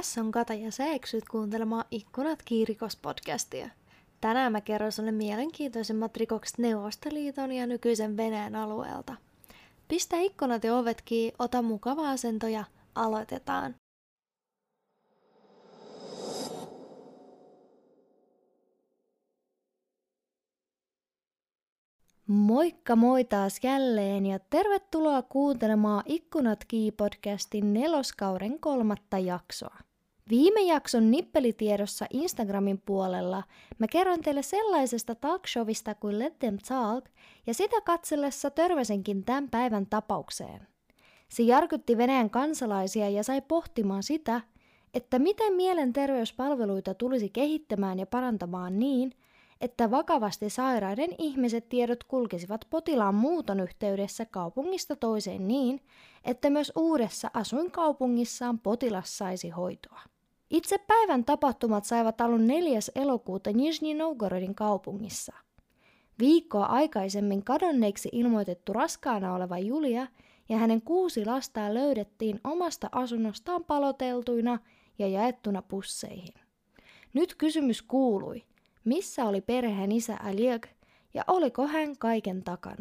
Tässä on Kata ja sä eksyt kuuntelemaan Ikkunat Kiirikos-podcastia. Tänään mä kerron sulle mielenkiintoisemmat rikokset Neuvostoliiton ja nykyisen Venäjän alueelta. Pistä ikkunat ja ovet kiinni, ota mukava asento ja aloitetaan. Moikka moi taas jälleen ja tervetuloa kuuntelemaan Ikkunat Kiinni-podcastin 4. kauden 3. jaksoa. Viime jakson nippelitiedossa Instagramin puolella mä kerron teille sellaisesta talkshowista kuin Let Them Talk ja sitä katsellessa törmäsinkin tämän päivän tapaukseen. Se järkytti Venäjän kansalaisia ja sai pohtimaan sitä, että miten mielenterveyspalveluita tulisi kehittämään ja parantamaan niin, että vakavasti sairaiden ihmiset tiedot kulkisivat potilaan muuton yhteydessä kaupungista toiseen niin, että myös uudessa asuinkaupungissaan potilas saisi hoitoa. Itse päivän tapahtumat saivat alun 4. elokuuta Nizhny Novgorodin kaupungissa. Viikkoa aikaisemmin kadonneeksi ilmoitettu raskaana oleva Julia ja hänen 6 lastaan löydettiin omasta asunnostaan paloteltuina ja jaettuna pusseihin. Nyt kysymys kuului, missä oli perheen isä Oleg ja oliko hän kaiken takana?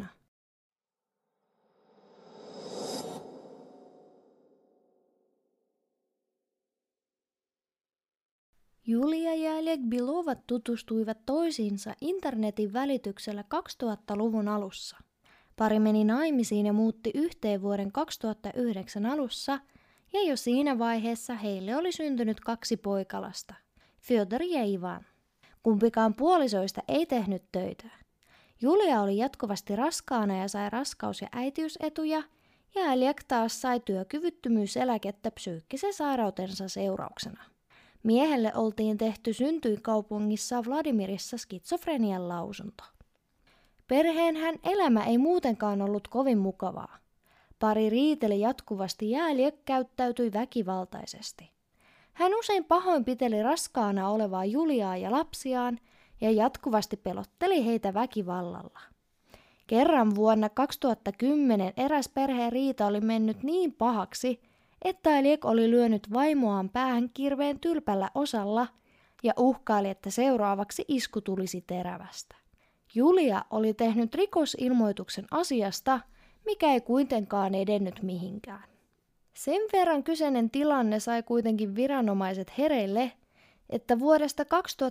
Julia ja Oleg Belovat tutustuivat toisiinsa internetin välityksellä 2000-luvun alussa. Pari meni naimisiin ja muutti yhteen vuoden 2009 alussa, ja jo siinä vaiheessa heille oli syntynyt 2 poikalasta, Fyodor ja Ivan. Kumpikaan puolisoista ei tehnyt töitä. Julia oli jatkuvasti raskaana ja sai raskaus- ja äitiysetuja, ja Oleg taas sai työkyvyttömyyseläkettä psyykkisen sairautensa seurauksena. Miehelle oltiin tehty syntyinkaupungissa Vladimirissa skitsofrenian lausunto. Perheenhän elämä ei muutenkaan ollut kovin mukavaa. Pari riiteli jatkuvasti ja Oleg käyttäytyi väkivaltaisesti. Hän usein pahoinpiteli raskaana olevaa Juliaa ja lapsiaan ja jatkuvasti pelotteli heitä väkivallalla. Kerran vuonna 2010 eräs perheen riita oli mennyt niin pahaksi, että Oleg oli lyönyt vaimoaan päähän kirveen tylpällä osalla ja uhkaili, että seuraavaksi isku tulisi terävästä. Julia oli tehnyt rikosilmoituksen asiasta, mikä ei kuitenkaan edennyt mihinkään. Sen verran kyseinen tilanne sai kuitenkin viranomaiset hereille, että vuodesta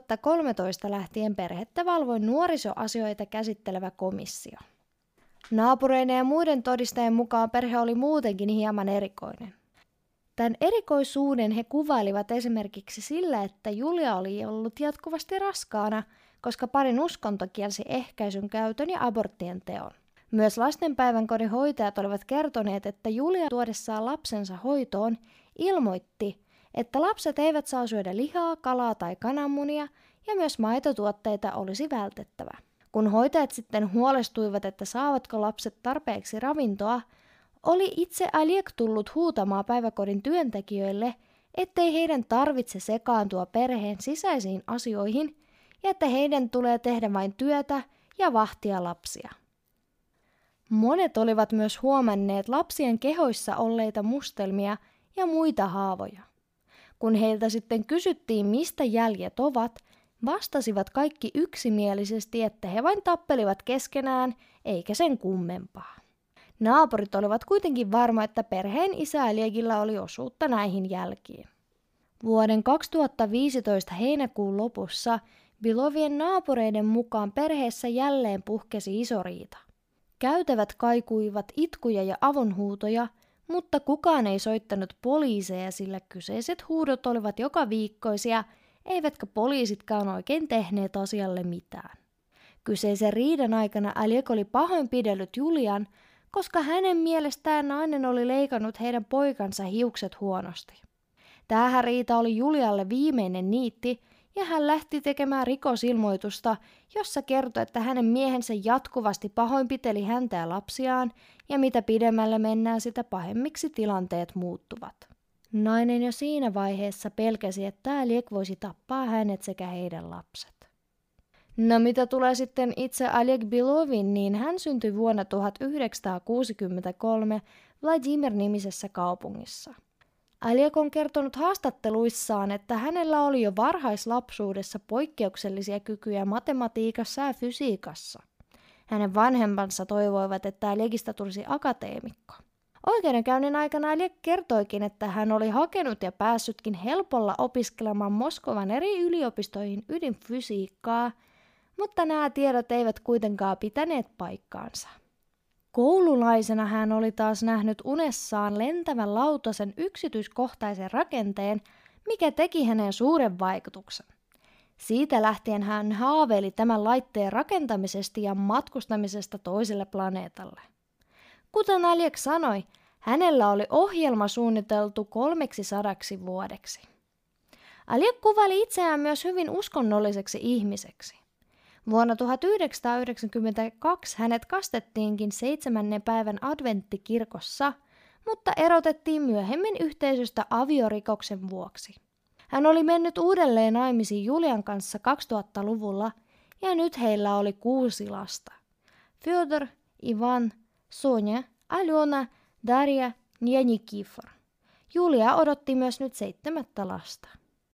2013 lähtien perhettä valvoi nuorisoasioita käsittelevä komissio. Naapureiden ja muiden todistajien mukaan perhe oli muutenkin hieman erikoinen. Tämän erikoisuuden he kuvailivat esimerkiksi sillä, että Julia oli ollut jatkuvasti raskaana, koska parin uskonto kielsi ehkäisyn käytön ja aborttien teon. Myös lastenpäivänkodin hoitajat olivat kertoneet, että Julia tuodessaan lapsensa hoitoon ilmoitti, että lapset eivät saa syödä lihaa, kalaa tai kananmunia ja myös maitotuotteita olisi vältettävä. Kun hoitajat sitten huolestuivat, että saavatko lapset tarpeeksi ravintoa, oli itse Oleg tullut huutamaan päiväkodin työntekijöille, ettei heidän tarvitse sekaantua perheen sisäisiin asioihin ja että heidän tulee tehdä vain työtä ja vahtia lapsia. Monet olivat myös huomanneet lapsien kehoissa olleita mustelmia ja muita haavoja. Kun heiltä sitten kysyttiin, mistä jäljet ovat, vastasivat kaikki yksimielisesti, että he vain tappelivat keskenään, eikä sen kummempaa. Naapurit olivat kuitenkin varma, että perheen isä Olegilla oli osuutta näihin jälkiin. Vuoden 2015 heinäkuun lopussa Belovien naapureiden mukaan perheessä jälleen puhkesi iso riita. Käytävät kaikuivat itkuja ja avunhuutoja, mutta kukaan ei soittanut poliiseja, sillä kyseiset huudot olivat joka viikkoisia, eivätkä poliisitkaan oikein tehneet asialle mitään. Kyseisen riidan aikana Oleg oli pahoinpidellyt Julian, koska hänen mielestään nainen oli leikannut heidän poikansa hiukset huonosti. Tämähän riita oli Julialle viimeinen niitti, ja hän lähti tekemään rikosilmoitusta, jossa kertoi, että hänen miehensä jatkuvasti pahoinpiteli häntä ja lapsiaan, ja mitä pidemmälle mennään, sitä pahemmiksi tilanteet muuttuvat. Nainen jo siinä vaiheessa pelkäsi, että Oleg voisi tappaa hänet sekä heidän lapset. No mitä tulee sitten itse Oleg Belovin, niin hän syntyi vuonna 1963 Vladimir-nimisessä kaupungissa. Aliek on kertonut haastatteluissaan, että hänellä oli jo varhaislapsuudessa poikkeuksellisia kykyjä matematiikassa ja fysiikassa. Hänen vanhempansa toivoivat, että Aliekista tulisi akateemikko. Oikeudenkäynnin aikana Aliek kertoikin, että hän oli hakenut ja päässytkin helpolla opiskelemaan Moskovan eri yliopistoihin ydinfysiikkaa, mutta nämä tiedot eivät kuitenkaan pitäneet paikkaansa. Koululaisena hän oli taas nähnyt unessaan lentävän lautasen yksityiskohtaisen rakenteen, mikä teki hänen suuren vaikutuksen. Siitä lähtien hän haaveili tämän laitteen rakentamisesta ja matkustamisesta toiselle planeetalle. Kuten Aliek sanoi, hänellä oli ohjelma suunniteltu 300 vuodeksi. Aliek kuvaili itseään myös hyvin uskonnolliseksi ihmiseksi. Vuonna 1992 hänet kastettiinkin 7. päivän adventtikirkossa, mutta erotettiin myöhemmin yhteisöstä aviorikoksen vuoksi. Hän oli mennyt uudelleen naimisiin Julian kanssa 2000-luvulla ja nyt heillä oli 6 lasta. Fyodor, Ivan, Sonja, Aljona, Darja ja Nikifor. Julia odotti myös nyt 7. lasta.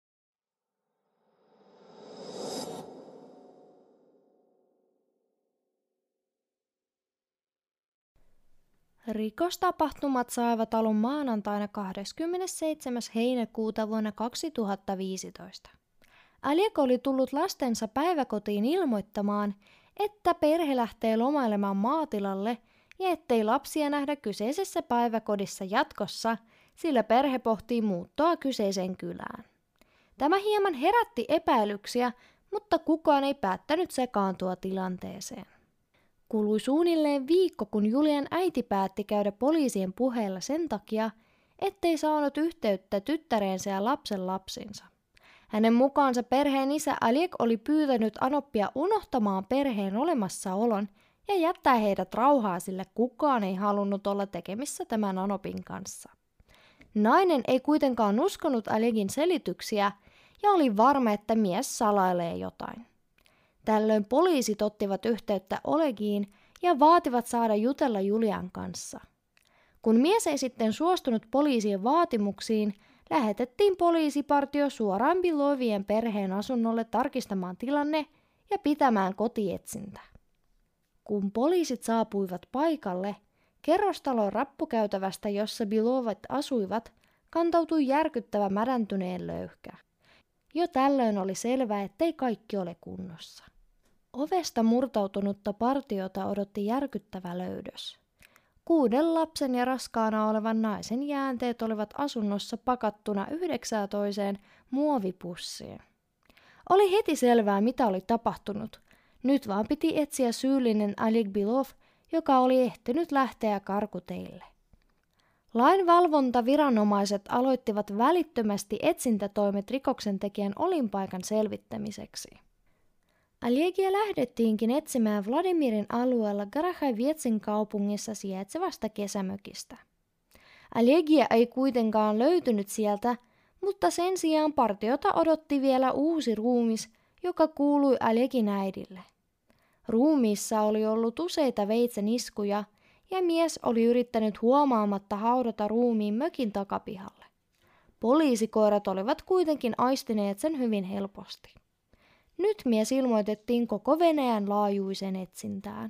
Rikostapahtumat saivat alun maanantaina 27. heinäkuuta vuonna 2015. Aliek oli tullut lastensa päiväkotiin ilmoittamaan, että perhe lähtee lomailemaan maatilalle ja ettei lapsia nähdä kyseisessä päiväkodissa jatkossa, sillä perhe pohtii muuttoa kyseiseen kylään. Tämä hieman herätti epäilyksiä, mutta kukaan ei päättänyt sekaantua tilanteeseen. Kului suunnilleen viikko, kun Julian äiti päätti käydä poliisien puheella sen takia, ettei saanut yhteyttä tyttäreensä ja lapsen lapsinsa. Hänen mukaansa perheen isä Aliek oli pyytänyt Anoppia unohtamaan perheen olemassaolon ja jättää heidät rauhaa, sillä kukaan ei halunnut olla tekemissä tämän Anopin kanssa. Nainen ei kuitenkaan uskonut Aliekin selityksiä ja oli varma, että mies salailee jotain. Tällöin poliisit ottivat yhteyttä Olegiin ja vaativat saada jutella Julian kanssa. Kun mies ei sitten suostunut poliisien vaatimuksiin, lähetettiin poliisipartio suoraan Bilovien perheen asunnolle tarkistamaan tilanne ja pitämään kotietsintä. Kun poliisit saapuivat paikalle, kerrostalon rappukäytävästä, jossa Bilovat asuivat, kantautui järkyttävä mädäntyneen löyhkä. Jo tällöin oli selvää, ettei kaikki ole kunnossa. Ovesta murtautunutta partiota odotti järkyttävä löydös. 6 lapsen ja raskaana olevan naisen jäänteet olivat asunnossa pakattuna 19 muovipussiin. Oli heti selvää, mitä oli tapahtunut. Nyt vaan piti etsiä syyllinen Aliek Bilov, joka oli ehtinyt lähteä karkuteille. Lainvalvontaviranomaiset aloittivat välittömästi etsintätoimet rikoksentekijän olinpaikan selvittämiseksi. Aliekia lähdettiinkin etsimään Vladimirin alueella Garahavietsin kaupungissa sijaitsevasta kesämökistä. Aliekia ei kuitenkaan löytynyt sieltä, mutta sen sijaan partiota odotti vielä uusi ruumis, joka kuului Aliekin äidille. Ruumiissa oli ollut useita veitsen iskuja ja mies oli yrittänyt huomaamatta haudata ruumiin mökin takapihalle. Poliisikoirat olivat kuitenkin aistineet sen hyvin helposti. Nyt mies ilmoitettiin koko Venäjän laajuisen etsintään.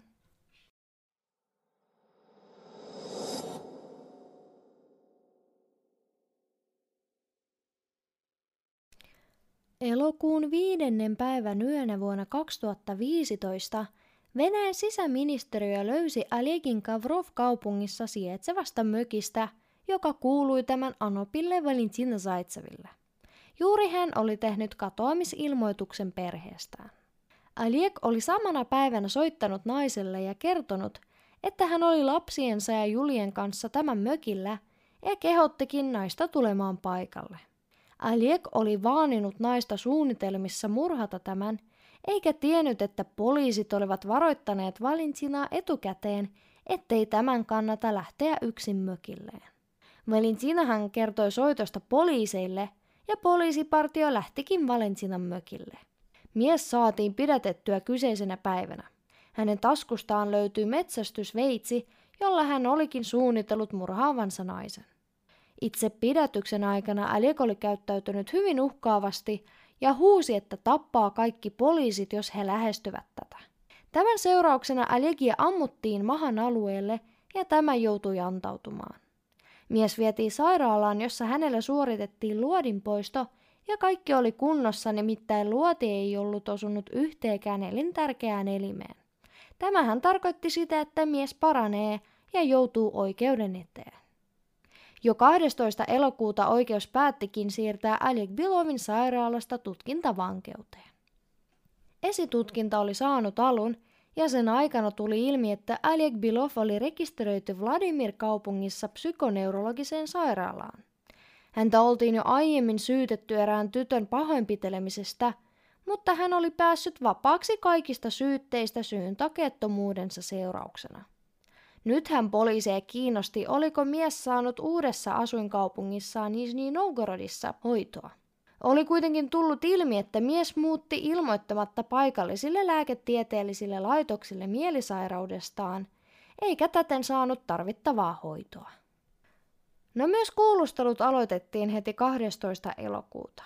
Elokuun 5. päivän yönä vuonna 2015 Venäjän sisäministeriö löysi Aliekin Kavrov-kaupungissa sijaitsevasta mökistä, joka kuului tämän Anopille Valentina Zaitseville. Juuri hän oli tehnyt katoamisilmoituksen perheestään. Aliek oli samana päivänä soittanut naiselle ja kertonut, että hän oli lapsiensa ja Julien kanssa tämän mökillä ja kehottikin naista tulemaan paikalle. Aliek oli vaaninut naista suunnitelmissa murhata tämän, eikä tiennyt, että poliisit olivat varoittaneet Valentinaa etukäteen, ettei tämän kannata lähteä yksin mökilleen. Valentinahan kertoi soitosta poliiseille, ja poliisipartio lähtikin Valentinan mökille. Mies saatiin pidätettyä kyseisenä päivänä. Hänen taskustaan löytyi metsästysveitsi, jolla hän olikin suunnitellut murhaavansa naisen. Itse pidätyksen aikana Aliyev oli käyttäytynyt hyvin uhkaavasti ja huusi, että tappaa kaikki poliisit, jos he lähestyvät tätä. Tämän seurauksena Aliyevia ammuttiin mahan alueelle ja tämä joutui antautumaan. Mies vietiin sairaalaan, jossa hänelle suoritettiin luodinpoisto ja kaikki oli kunnossa, nimittäin luoti ei ollut osunut yhteenkään elintärkeään elimeen. Tämähän tarkoitti sitä, että mies paranee ja joutuu oikeuden eteen. Jo 12. elokuuta oikeus päättikin siirtää Aliyev Belovin sairaalasta tutkintavankeuteen. Esitutkinta oli saanut alun ja sen aikana tuli ilmi, että Aliyev Belov oli rekisteröity Vladimir-kaupungissa psykoneurologiseen sairaalaan. Häntä oltiin jo aiemmin syytetty erään tytön pahoinpitelemisestä, mutta hän oli päässyt vapaaksi kaikista syytteistä syyn takeettomuudensa seurauksena. Nythän poliiseja kiinnosti, oliko mies saanut uudessa asuinkaupungissaan Nizhny Novgorodissa hoitoa. Oli kuitenkin tullut ilmi, että mies muutti ilmoittamatta paikallisille lääketieteellisille laitoksille mielisairaudestaan, eikä täten saanut tarvittavaa hoitoa. No myös kuulustelut aloitettiin heti 12. elokuuta.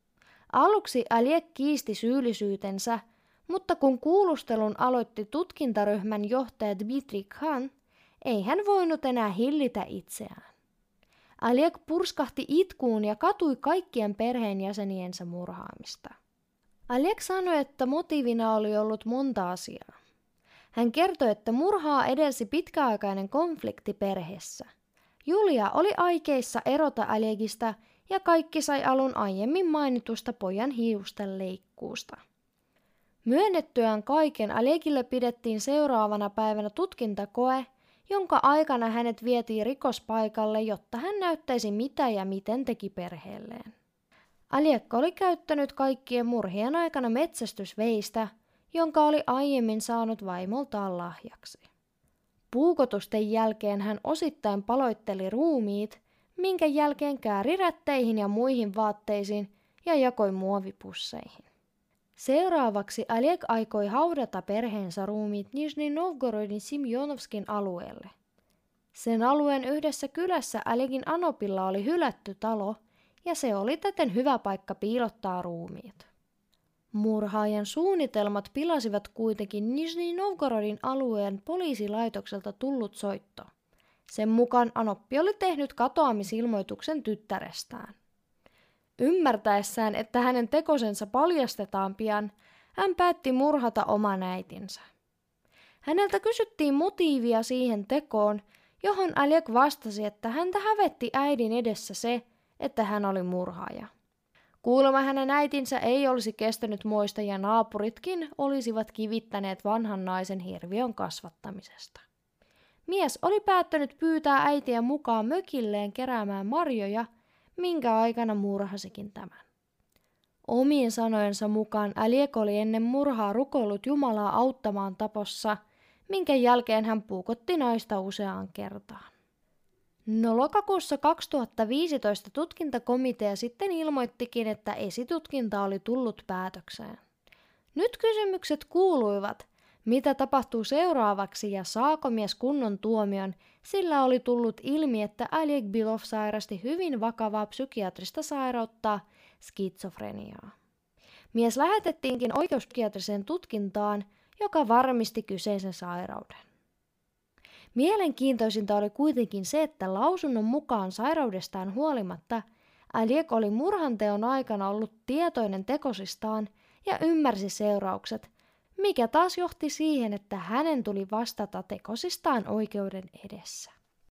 Aluksi Aliyev kiisti syyllisyytensä, mutta kun kuulustelun aloitti tutkintaryhmän johtaja Dmitri Khan, ei hän voinut enää hillitä itseään. Aliyev purskahti itkuun ja katui kaikkien perheenjäseniensä murhaamista. Aliyev sanoi, että motiivina oli ollut monta asiaa. Hän kertoi, että murhaa edelsi pitkäaikainen konflikti perheessä. Julia oli aikeissa erota Aliyevista ja kaikki sai alun aiemmin mainitusta pojan hiusten leikkuusta. Myönnettyään kaiken Aliyeville pidettiin seuraavana päivänä tutkintakoe, jonka aikana hänet vietiin rikospaikalle, jotta hän näyttäisi mitä ja miten teki perheelleen. Aliyev oli käyttänyt kaikkien murhien aikana metsästysveistä, jonka oli aiemmin saanut vaimoltaan lahjaksi. Puukotusten jälkeen hän osittain paloitteli ruumiit, minkä jälkeen kääri rätteihin ja muihin vaatteisiin ja jakoi muovipusseihin. Seuraavaksi Aliyev aikoi haudata perheensä ruumiit Nizhny Novgorodin Simjonovskin alueelle. Sen alueen yhdessä kylässä Aliyevin anopilla oli hylätty talo, ja se oli täten hyvä paikka piilottaa ruumiit. Murhaajan suunnitelmat pilasivat kuitenkin Nizhny Novgorodin alueen poliisilaitokselta tullut soitto. Sen mukaan anoppi oli tehnyt katoamisilmoituksen tyttärestään. Ymmärtäessään, että hänen tekosensa paljastetaan pian, hän päätti murhata oman äitinsä. Häneltä kysyttiin motiivia siihen tekoon, johon Aliyev vastasi, että häntä hävetti äidin edessä se, että hän oli murhaaja. Kuulemma hänen äitinsä ei olisi kestänyt moista ja naapuritkin olisivat kivittäneet vanhan naisen hirviön kasvattamisesta. Mies oli päättänyt pyytää äitiä mukaan mökilleen keräämään marjoja, minkä aikana murhasikin tämän. Omien sanojensa mukaan Aliyev oli ennen murhaa rukoillut Jumalaa auttamaan tapossa, minkä jälkeen hän puukotti naista useaan kertaan. No lokakuussa 2015 tutkintakomitea sitten ilmoittikin, että esitutkinta oli tullut päätökseen. Nyt kysymykset kuuluivat, mitä tapahtuu seuraavaksi ja saako mies kunnon tuomion, sillä oli tullut ilmi, että Aliyev Belov sairasti hyvin vakavaa psykiatrista sairautta, skitsofreniaa. Mies lähetettiinkin oikeuspsykiatriseen tutkintaan, joka varmisti kyseisen sairauden. Mielenkiintoisinta oli kuitenkin se, että lausunnon mukaan sairaudestaan huolimatta Aliyev oli murhanteon aikana ollut tietoinen tekosistaan ja ymmärsi seuraukset, mikä taas johti siihen, että hänen tuli vastata tekosistaan oikeuden edessä.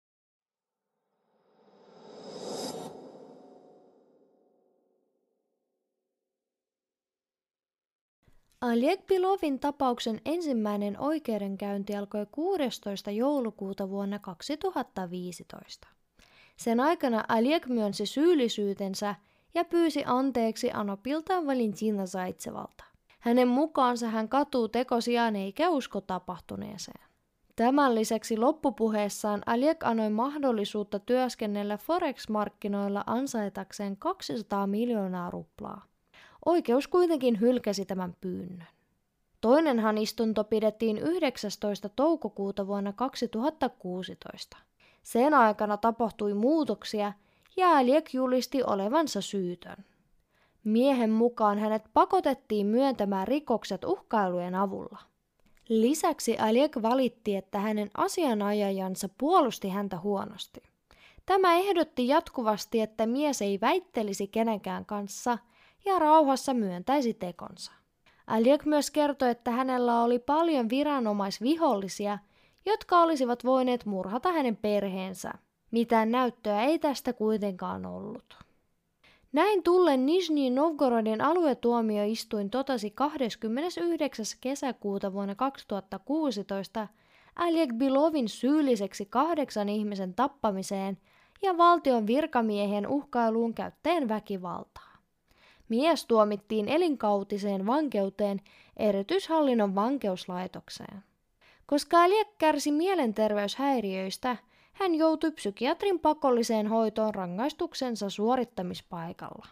Aliyev Belovin tapauksen ensimmäinen oikeudenkäynti alkoi 16. joulukuuta vuonna 2015. Sen aikana Aliyev myönsi syyllisyytensä ja pyysi anteeksi anopiltaan Valentina Zaitsevalta. Hänen mukaansa hän katuu tekosiaan eikä usko tapahtuneeseen. Tämän lisäksi loppupuheessaan Aliyev anoi mahdollisuutta työskennellä Forex-markkinoilla ansaitakseen 200 miljoonaa ruplaa. Oikeus kuitenkin hylkäsi tämän pyynnön. Toinenhan istunto pidettiin 19. toukokuuta vuonna 2016. Sen aikana tapahtui muutoksia ja Aliyev julisti olevansa syytön. Miehen mukaan hänet pakotettiin myöntämään rikokset uhkailujen avulla. Lisäksi Aliyev valitti, että hänen asianajajansa puolusti häntä huonosti. Tämä ehdotti jatkuvasti, että mies ei väittelisi kenenkään kanssa ja rauhassa myöntäisi tekonsa. Aliyev myös kertoi, että hänellä oli paljon viranomaisvihollisia, jotka olisivat voineet murhata hänen perheensä. Mitään näyttöä ei tästä kuitenkaan ollut. Näin tullen Nižnij Novgorodin aluetuomioistuin totesi 29. kesäkuuta vuonna 2016 Aliyev Belovin syylliseksi 8 ihmisen tappamiseen ja valtion virkamiehen uhkailuun käyttäen väkivaltaa. Mies tuomittiin elinkautiseen vankeuteen erityishallinnon vankeuslaitokseen. Koska Aliyev kärsi mielenterveyshäiriöistä, hän joutui psykiatrin pakolliseen hoitoon rangaistuksensa suorittamispaikalla.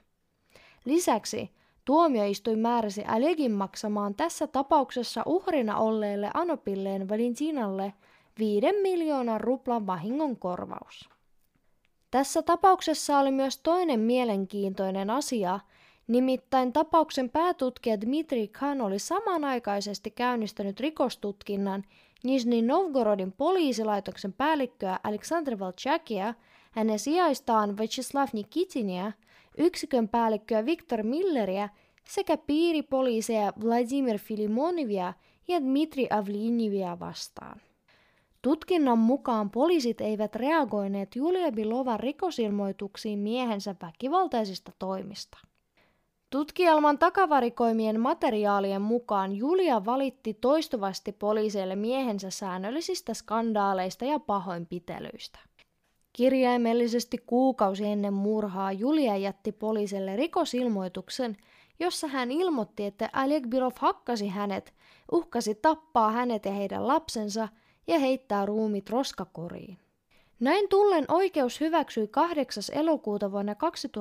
Lisäksi tuomioistuin määräsi Aliyevin maksamaan tässä tapauksessa uhrina olleelle anopilleen Valentinalle 5 miljoonan ruplan vahingonkorvaus. Tässä tapauksessa oli myös toinen mielenkiintoinen asia, nimittäin tapauksen päätutkija Dmitri Khan oli samanaikaisesti käynnistänyt rikostutkinnan Nižnij Novgorodin poliisilaitoksen päällikköä Aleksandr Valchakia, hänen sijaistaan Vyacheslav Nikitinia, yksikön päällikköä Viktor Milleriä sekä piiripoliiseja Vladimir Filimonivia ja Dmitri Avlinivia vastaan. Tutkinnan mukaan poliisit eivät reagoineet Julia Belovan rikosilmoituksiin miehensä väkivaltaisista toimista. Tutkielman takavarikoimien materiaalien mukaan Julia valitti toistuvasti poliiseille miehensä säännöllisistä skandaaleista ja pahoinpitelyistä. Kirjaimellisesti kuukausi ennen murhaa Julia jätti poliisille rikosilmoituksen, jossa hän ilmoitti, että Aliyev Belov hakkasi hänet, uhkasi tappaa hänet ja heidän lapsensa ja heittää ruumiit roskakoriin. Näin tullen oikeus hyväksyi 8. elokuuta vuonna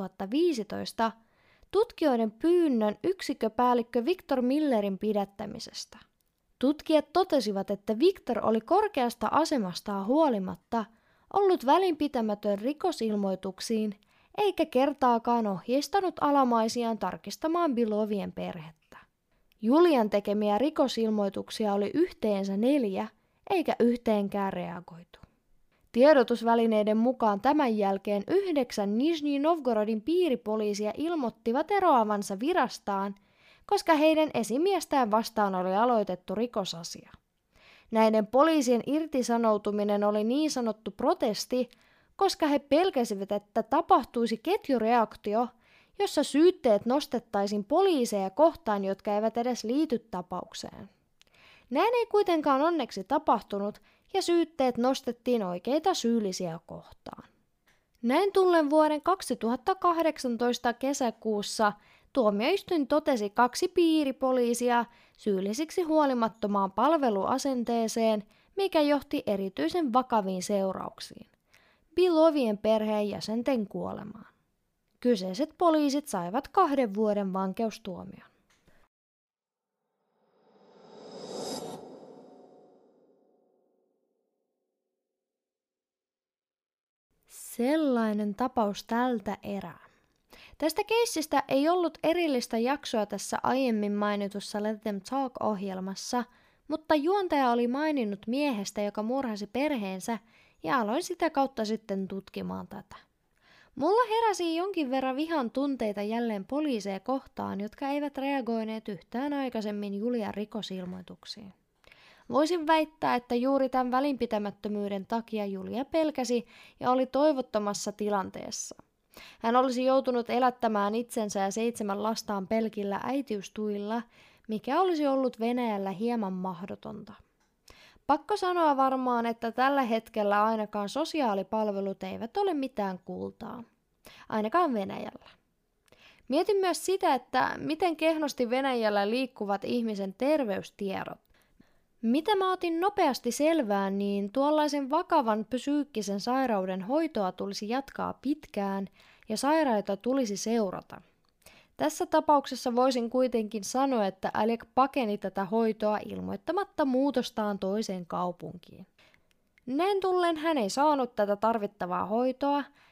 2015 tutkijoiden pyynnön yksikköpäällikkö Viktor Millerin pidättämisestä. Tutkijat totesivat, että Viktor oli korkeasta asemastaan huolimatta ollut välinpitämätön rikosilmoituksiin, eikä kertaakaan ohjeistanut alamaisiaan tarkistamaan Belovien perhettä. Julian tekemiä rikosilmoituksia oli yhteensä 4, eikä yhteenkään reagoitu. Tiedotusvälineiden mukaan tämän jälkeen 9 Nižnij Novgorodin piiripoliisia ilmoittivat eroavansa virastaan, koska heidän esimiestään vastaan oli aloitettu rikosasia. Näiden poliisien irtisanoutuminen oli niin sanottu protesti, koska he pelkäsivät, että tapahtuisi ketjureaktio, jossa syytteet nostettaisiin poliiseja kohtaan, jotka eivät edes liity tapaukseen. Näin ei kuitenkaan onneksi tapahtunut, ja syytteet nostettiin oikeita syyllisiä kohtaan. Näin tullen vuoden 2018 kesäkuussa tuomioistuin totesi 2 piiripoliisia syyllisiksi huolimattomaan palveluasenteeseen, mikä johti erityisen vakaviin seurauksiin: Belovien perheenjäsenten kuolemaan. Kyseiset poliisit saivat 2 vuoden vankeustuomion. Sellainen tapaus tältä erää. Tästä keissistä ei ollut erillistä jaksoa tässä aiemmin mainitussa Let Them Talk-ohjelmassa, mutta juontaja oli maininnut miehestä, joka murhasi perheensä, ja aloin sitä kautta sitten tutkimaan tätä. Mulla heräsi jonkin verran vihan tunteita jälleen poliiseja kohtaan, jotka eivät reagoineet yhtään aikaisemmin Julian rikosilmoituksiin. Voisin väittää, että juuri tämän välinpitämättömyyden takia Julia pelkäsi ja oli toivottomassa tilanteessa. Hän olisi joutunut elättämään itsensä ja 7 lastaan pelkillä äitiystuilla, mikä olisi ollut Venäjällä hieman mahdotonta. Pakko sanoa varmaan, että tällä hetkellä ainakaan sosiaalipalvelut eivät ole mitään kultaa. Ainakaan Venäjällä. Mietin myös sitä, että miten kehnosti Venäjällä liikkuvat ihmisen terveystiedot. Mitä mä otin nopeasti selvää, niin tuollaisen vakavan psyykkisen sairauden hoitoa tulisi jatkaa pitkään ja sairaita tulisi seurata. Tässä tapauksessa voisin kuitenkin sanoa, että Aliyev pakeni tätä hoitoa ilmoittamatta muutostaan toiseen kaupunkiin. Näin tullen hän ei saanut tätä tarvittavaa hoitoa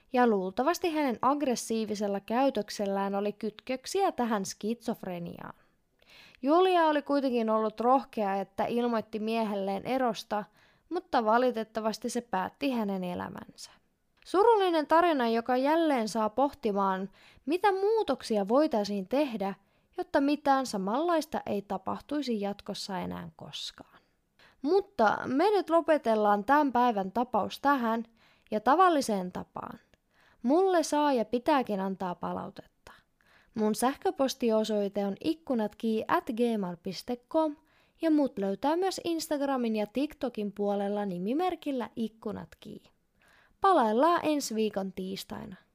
ja luultavasti hänen aggressiivisella käytöksellään oli kytköksiä tähän skitsofreniaan. Julia oli kuitenkin ollut rohkea, että ilmoitti miehelleen erosta, mutta valitettavasti se päätti hänen elämänsä. Surullinen tarina, joka jälleen saa pohtimaan, mitä muutoksia voitaisiin tehdä, jotta mitään samanlaista ei tapahtuisi jatkossa enää koskaan. Mutta me nyt lopetellaan tämän päivän tapaus tähän ja tavalliseen tapaan. Mulle saa ja pitääkin antaa palautetta. Mun sähköpostiosoite on ikkunatki@gmail.com ja mut löytää myös Instagramin ja TikTokin puolella nimimerkillä ikkunatki. Palaillaan ensi viikon tiistaina.